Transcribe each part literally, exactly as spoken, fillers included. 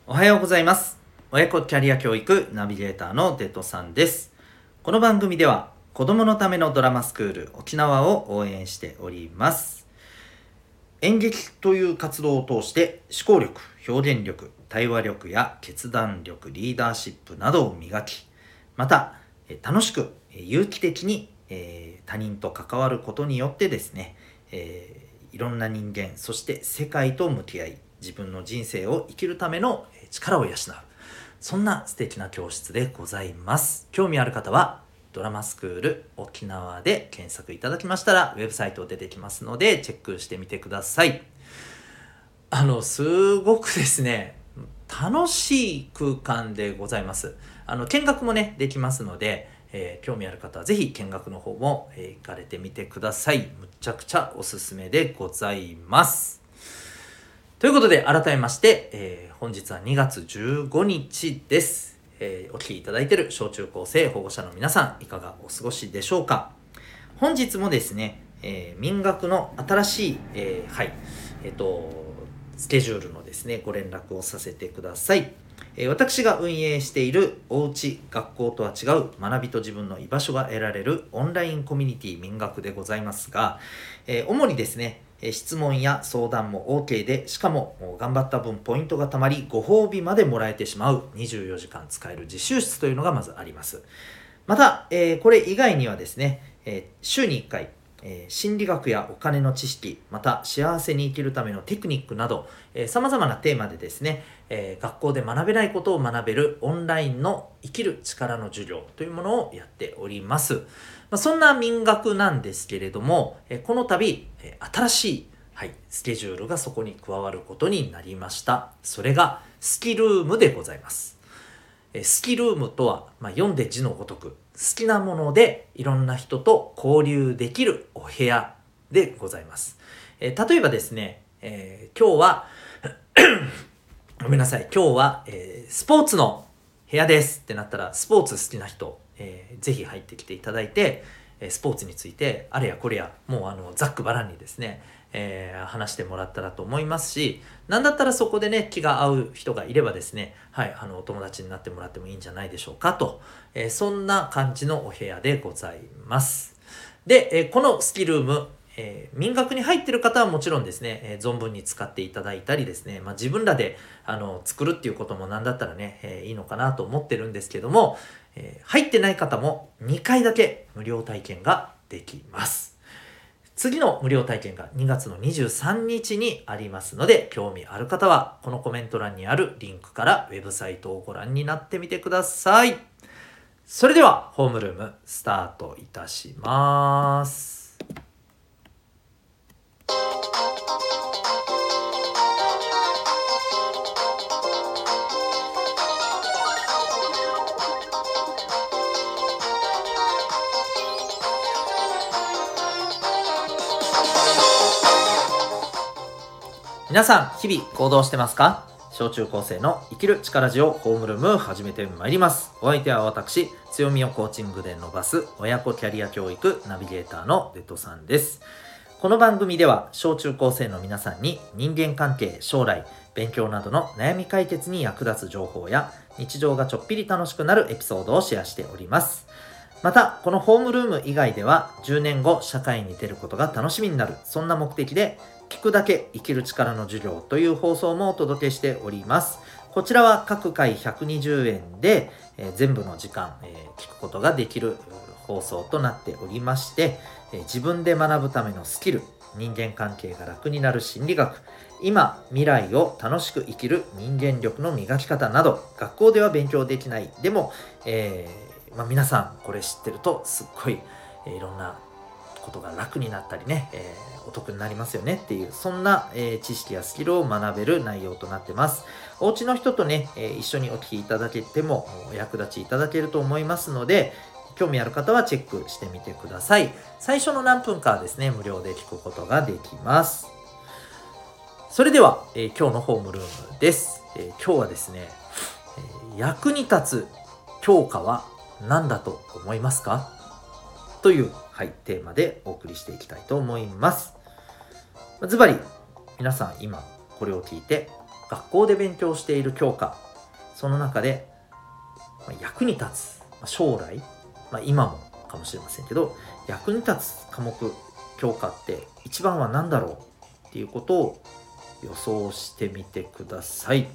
おはようございます。親子キャリア教育ナビゲーターのデトさんです。この番組では子供のためのドラマスクール沖縄を応援しております。演劇という活動を通して思考力、表現力、対話力や決断力、リーダーシップなどを磨き、また楽しく有機的に、えー、他人と関わることによってですね、えー、いろんな人間、そして世界と向き合い、自分の人生を生きるための力を養う、そんな素敵な教室でございます。興味ある方はドラマスクール沖縄で検索いただきましたらウェブサイト出てきますのでチェックしてみてください。あのすごくですね楽しい空間でございます。あの見学もねできますので、えー、興味ある方はぜひ見学の方も、えー、行かれてみてください。むちゃくちゃおすすめでございます。ということで改めまして、えー、本日はにがつじゅうごにちです。えー、お聞きいただいている小中高生保護者の皆さんいかがお過ごしでしょうか。本日もですね、えー、民学の新しい、えー、はいえっ、ー、とスケジュールのですねご連絡をさせてください。えー、私が運営しているおうち学校とは違う学びと自分の居場所が得られるオンラインコミュニティ民学でございますが、えー、主にですね質問や相談も OK で、しかも頑張った分ポイントがたまりご褒美までもらえてしまうにじゅうよじかん使える自習室というのがまずあります。また、えー、これ以外にはですね、えー、週にいっかい、えー、心理学やお金の知識、また幸せに生きるためのテクニックなど、えー、様々なテーマでですね、えー、学校で学べないことを学べるオンラインの生きる力の授業というものをやっております。まあ、そんな民学なんですけれども、えー、この度、えー、新しい、はい、スケジュールがそこに加わることになりました。それがスキルームでございます。スキルームとは、まあ、読んで字のごとく好きなものでいろんな人と交流できるお部屋でございます。えー、例えばですね、えー、今日はごめんなさい今日は、えー、スポーツの部屋ですってなったら、スポーツ好きな人、えー、ぜひ入ってきていただいて、スポーツについてあれやこれやもうあのざっくばらんにですね、えー、話してもらったらと思いますし、なんだったらそこでね気が合う人がいればですね、はいあのお友達になってもらってもいいんじゃないでしょうかと、えー、そんな感じのお部屋でございます。で、えー、このスキルーム、えー、民学に入っている方はもちろんですね、えー、存分に使っていただいたりですね、まあ、自分らであの作るっていうこともなんだったらね、えー、いいのかなと思ってるんですけども、えー、入ってない方もにかいだけ無料体験ができます。次の無料体験がにがつのにじゅうさんにちにありますので、興味ある方はこのコメント欄にあるリンクからウェブサイトをご覧になってみてください。それではホームルームスタートいたします。皆さん日々行動してますか？小中高生の生きる力ジオホームルーム始めてまいります。お相手は私、強みをコーチングで伸ばす親子キャリア教育ナビゲーターのデトさんです。この番組では小中高生の皆さんに人間関係、将来、勉強などの悩み解決に役立つ情報や日常がちょっぴり楽しくなるエピソードをシェアしております。またこのホームルーム以外ではじゅうねんご社会に出ることが楽しみになる、そんな目的で聞くだけ生きる力の授業という放送もお届けしております。こちらは各回ひゃくにじゅうえんで、えー、全部の時間、えー、聞くことができる放送となっておりまして、えー、自分で学ぶためのスキル、人間関係が楽になる心理学、今未来を楽しく生きる人間力の磨き方など、学校では勉強できないでも、えーまあ、皆さんこれ知ってるとすっごい、えー、いろんなことが楽になったりね、えー、お得になりますよねっていう、そんな、えー、知識やスキルを学べる内容となってます。お家の人とね、えー、一緒にお聞きいただけてもお役立ちいただけると思いますので、興味ある方はチェックしてみてください。最初の何分かはですね無料で聞くことができます。それでは、えー、今日のホームルームです。えー、今日はですね、えー、役に立つ教科は何だと思いますかという、はい、テーマでお送りしていきたいと思います。ズバリ皆さん今これを聞いて学校で勉強している教科、その中で役に立つ、将来、まあ、今もかもしれませんけど役に立つ科目教科って一番は何だろうっていうことを予想してみてください。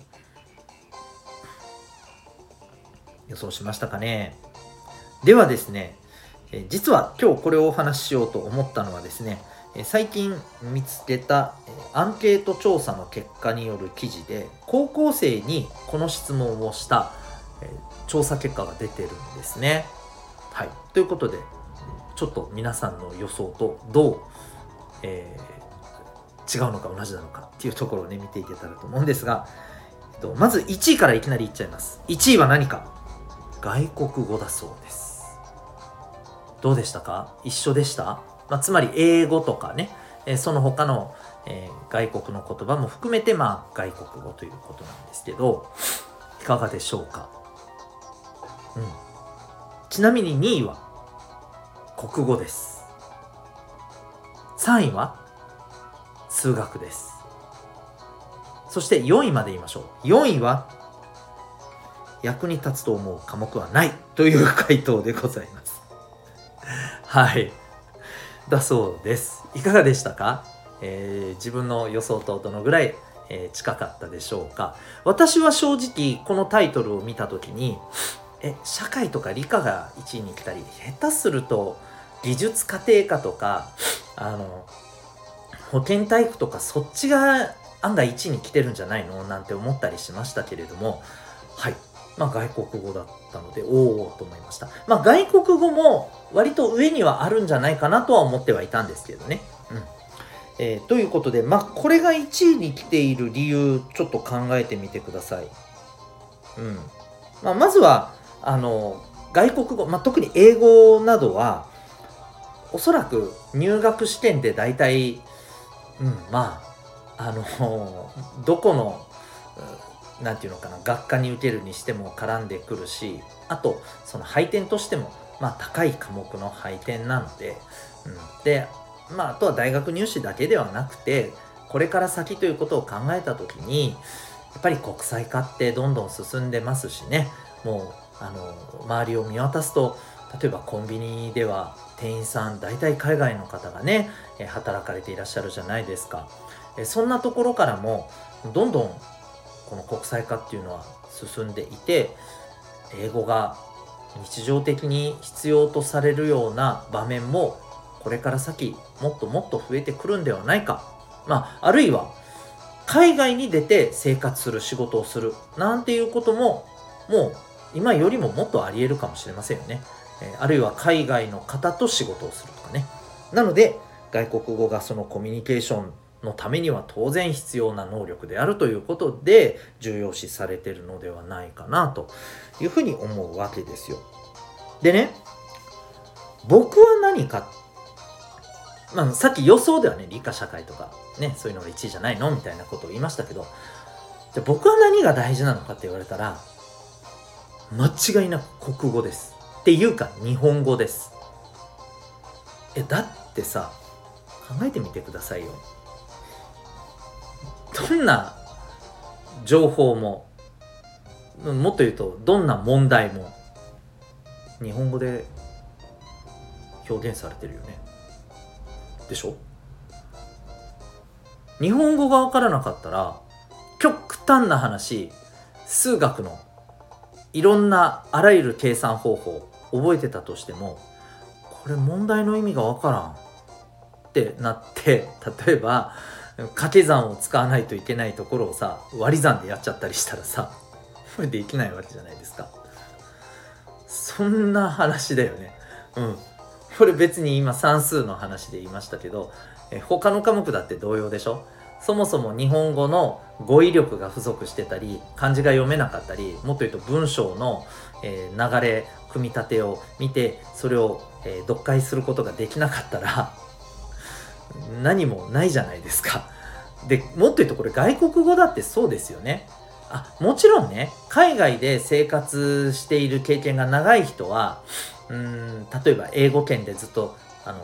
予想しましたかね。ではですね、実は今日これをお話ししようと思ったのはですね、最近見つけたアンケート調査の結果による記事で、高校生にこの質問をした調査結果が出てるんですね。はい、ということでちょっと皆さんの予想とどう、えー、違うのか同じなのかっていうところをね見ていけたらと思うんですが、えっと、まずいちいからいきなりいっちゃいます。いちいは何か、外国語だそうです。どうでしたか？一緒でした？まあ、つまり英語とかね、えー、その他の、えー、外国の言葉も含めて、まあ、外国語ということなんですけど、いかがでしょうか？うん、ちなみににいは国語です。さんいは数学です。そしてよんいまで言いましょう。よんいは役に立つと思う科目はないという回答でございます。はい、だそうです。いかがでしたか？えー、自分の予想とどのぐらい、えー、近かったでしょうか？私は正直このタイトルを見たときに、え社会とか理科がいちいに来たり、下手すると技術家庭科とかあの保健体育とかそっちが案外いちいに来てるんじゃないのなんて思ったりしましたけれども、はい、まあ外国語だったのでおおと思いました。まあ外国語も割と上にはあるんじゃないかなとは思ってはいたんですけどね。うんえー、ということで、まあこれがいちいに来ている理由ちょっと考えてみてください。うんまあ、まずはあの外国語、まあ、特に英語などはおそらく入学試験でだいたい、うん、まああのどこのなんていうのかな学科に受けるにしても絡んでくるし、あとその配点としてもまあ高い科目の配点なので、うん、でまああとは大学入試だけではなくてこれから先ということを考えた時にやっぱり国際化ってどんどん進んでますしね、もうあの周りを見渡すと例えばコンビニでは店員さん大体海外の方がね働かれていらっしゃるじゃないですか。そんなところからもどんどんこの国際化っていうのは進んでいて、英語が日常的に必要とされるような場面もこれから先もっともっと増えてくるんではないか、まあ、あるいは海外に出て生活する仕事をするなんていうことももう今よりももっとありえるかもしれませんよね。えー、あるいは海外の方と仕事をするとかね。なので外国語がそのコミュニケーションのためには当然必要な能力であるということで重要視されているのではないかなというふうに思うわけですよ。でね、僕は何か、まあ、さっき予想ではね理科社会とかねそういうのがいちいじゃないのみたいなことを言いましたけど、じゃあ僕は何が大事なのかって言われたら間違いなく国語です。っていうか日本語です。えだってさ考えてみてくださいよ。どんな情報ももっと言うとどんな問題も日本語で表現されてるよね。でしょ？日本語が分からなかったら極端な話、数学のいろんなあらゆる計算方法覚えてたとしてもこれ問題の意味が分からんってなって、例えば掛け算を使わないといけないところをさ割り算でやっちゃったりしたらさこれできないわけじゃないですか。そんな話だよね。うんこれ別に今算数の話で言いましたけど、え他の科目だって同様でしょ。そもそも日本語の語彙力が不足してたり漢字が読めなかったり、もっと言うと文章の、えー、流れ組み立てを見てそれを、えー、読解することができなかったら何もないじゃないですか。でもっと言うとこれ外国語だってそうですよね。あもちろんね海外で生活している経験が長い人はうーん例えば英語圏でずっとあの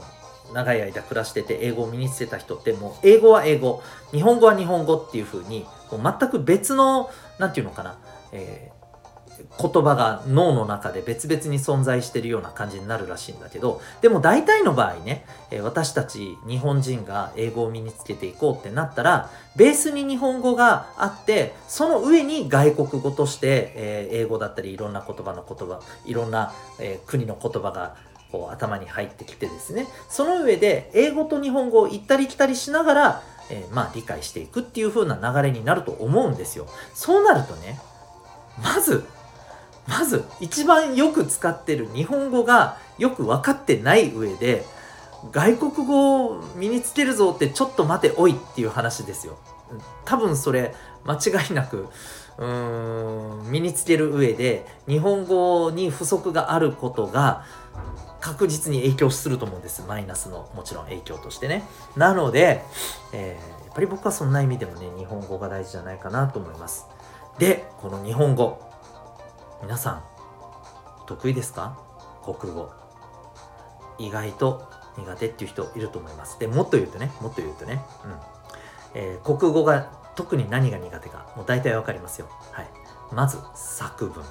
長い間暮らしてて英語を身につけた人って、もう英語は英語、日本語は日本語っていう風にもう全く別の、なんていうのかな、えー言葉が脳の中で別々に存在しているような感じになるらしいんだけど、でも大体の場合ね、私たち日本人が英語を身につけていこうってなったら、ベースに日本語があって、その上に外国語として、えー英語だったりいろんな言葉の言葉、いろんな、えー国の言葉がこう頭に入ってきてですね、その上で英語と日本語を行ったり来たりしながら、えーまあ理解していくっていう風な流れになると思うんですよ。そうなるとね、まずまず一番よく使ってる日本語がよく分かってない上で外国語を身につけるぞって、ちょっと待ておいっていう話ですよ。多分それ間違いなくうーん身につける上で日本語に不足があることが確実に影響すると思うんです。マイナスのもちろん影響としてね。なので、えーやっぱり僕はそんな意味でもね、日本語が大事じゃないかなと思います。で、この日本語、皆さん得意ですか？国語。意外と苦手っていう人いると思います。でもっと言うとねもっと言うとね、うんえー国語が特に何が苦手かもう大体わかりますよ。はい。まず作文、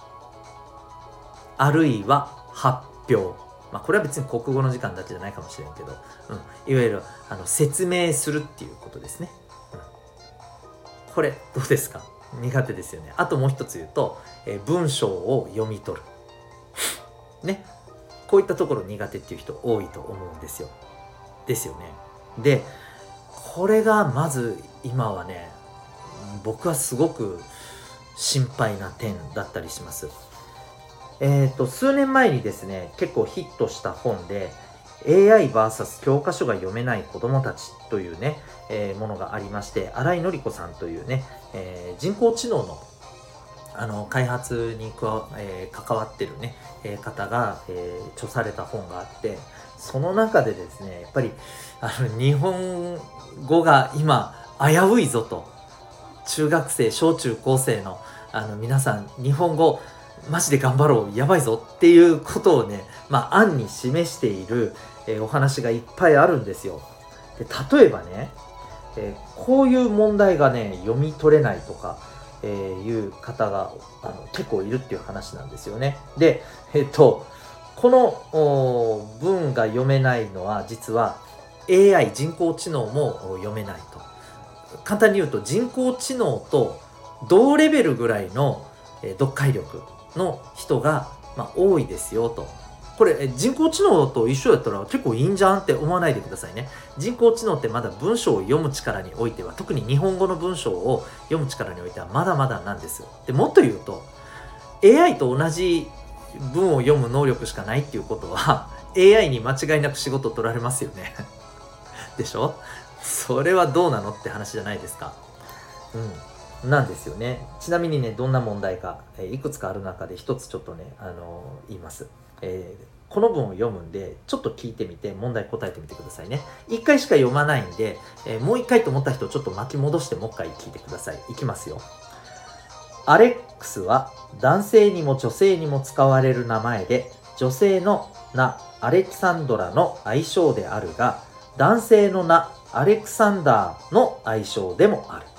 あるいは発表。まあこれは別に国語の時間だけじゃないかもしれんけど、うん、いわゆるあの説明するっていうことですね。うん、これどうですか？苦手ですよね。あともう一つ言うと、えー文章を読み取るね、こういったところ苦手っていう人多いと思うんですよ。ですよね。で、これがまず今はね、僕はすごく心配な点だったりします。えっと、数年前にですね、結構ヒットした本で、エーアイ ブイエス 教科書が読めない子どもたちというね、えーものがありまして、新井紀子さんというね、えー人工知能のあの開発に加わ、えー関わってるね、えー方が、えー著された本があって、その中でですね、やっぱりあの日本語が今危ういぞと、中学生小中高生のあの皆さん日本語マジで頑張ろう、やばいぞっていうことをね、まあ案に示している、えーお話がいっぱいあるんですよ。で、例えばね、えーこういう問題がね読み取れないとか、えーいう方があの結構いるっていう話なんですよね。で、えっとこのお文が読めないのは実は エーアイ 人工知能もお読めないと。簡単に言うと人工知能と同レベルぐらいの、えー読解力の人が、まあ、多いですよと。これえ人工知能と一緒やったら結構いいんじゃんって思わないでくださいね。人工知能ってまだ文章を読む力においては、特に日本語の文章を読む力においてはまだまだなんですよ。でもっと言うと エーアイ と同じ文を読む能力しかないっていうことは エーアイ に間違いなく仕事取られますよねでしょ？それはどうなのって話じゃないですか。うん、なんですよね。ちなみにね、どんな問題か、えーいくつかある中で一つちょっとね、あのー言います。えーこの文を読むんで、ちょっと聞いてみて、問題答えてみてくださいね。一回しか読まないんで、えーもう一回と思った人、ちょっと巻き戻してもう一回聞いてください。いきますよ。アレックスは男性にも女性にも使われる名前で、女性の名アレキサンドラの愛称であるが、男性の名アレクサンダーの愛称でもある。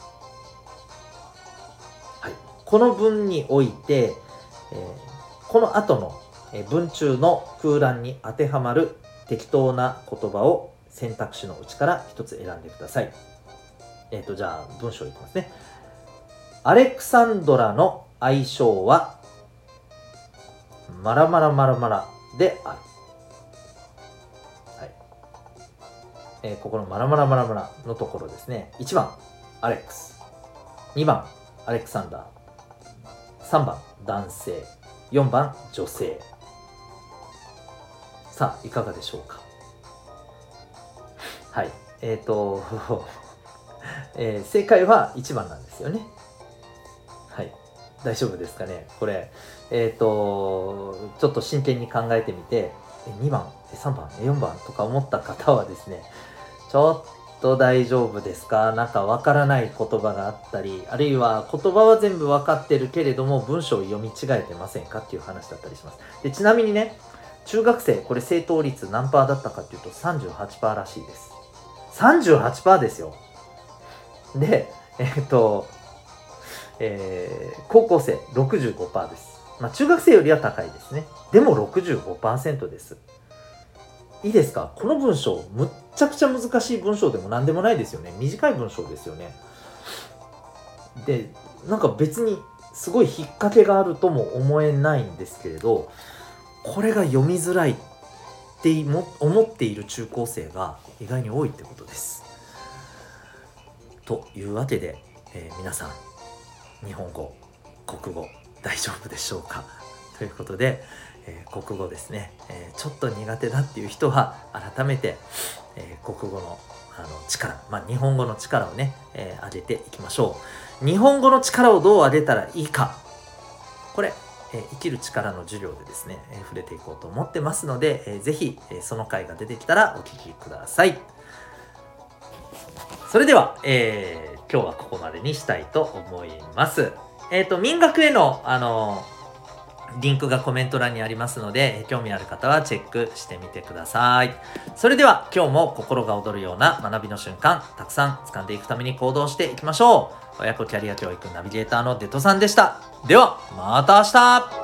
はい、この文において、えーこの後の文中の空欄に当てはまる適当な言葉を選択肢のうちから一つ選んでください。えっと、じゃあ文章いきますね。アレクサンドラの愛称はマラマラマラマラである。はい。えーここのマラマラマラマラのところですね。いちばん、アレックス。にばん、アレクサンダー。さんばん、男性。よんばん、女性。さあ、いかがでしょうか。はい。えっ、ー、と、えー、正解はいちばんなんですよね。はい。大丈夫ですかね。これ、えっ、ー、と、ちょっと真剣に考えてみて、にばん、さんばん、よんばんとか思った方はですね、ちょっと大丈夫ですか？なんかわからない言葉があったり、あるいは言葉は全部わかってるけれども文章を読み違えてませんかっていう話だったりします。で、ちなみにね、 中学生、これ正答率何パーだったかっていうと さんじゅうはちパーセント らしいです。さんじゅうはちパーセント ですよ。で、えっと、えー、高校生 ろくじゅうごパーセント です。まあ中学生よりは高いですね。でも ろくじゅうごパーセント です。いいですか？この文章、むっちゃくちゃ難しい文章でも何でもないですよね。短い文章ですよね。で、なんか別にすごい引っ掛けがあるとも思えないんですけれど、これが読みづらいって思っている中高生が意外に多いってことです。というわけで、えー、皆さん日本語、国語大丈夫でしょうかということで、えー、国語ですね、えー、ちょっと苦手だっていう人は改めて、えー、国語のあの力、まあ、日本語の力をね、えー、上げていきましょう。日本語の力をどう上げたらいいか、これ、えー、生きる力の授業でですね、えー、触れていこうと思ってますので、えー、ぜひ、えー、その回が出てきたらお聞きください。それでは、えー、今日はここまでにしたいと思います。えっと、民学への、あのリンクがコメント欄にありますので、興味ある方はチェックしてみてください。それでは今日も心が躍るような学びの瞬間、たくさん掴んでいくために行動していきましょう。親子キャリア教育ナビゲーターのデトさんでした。ではまた明日。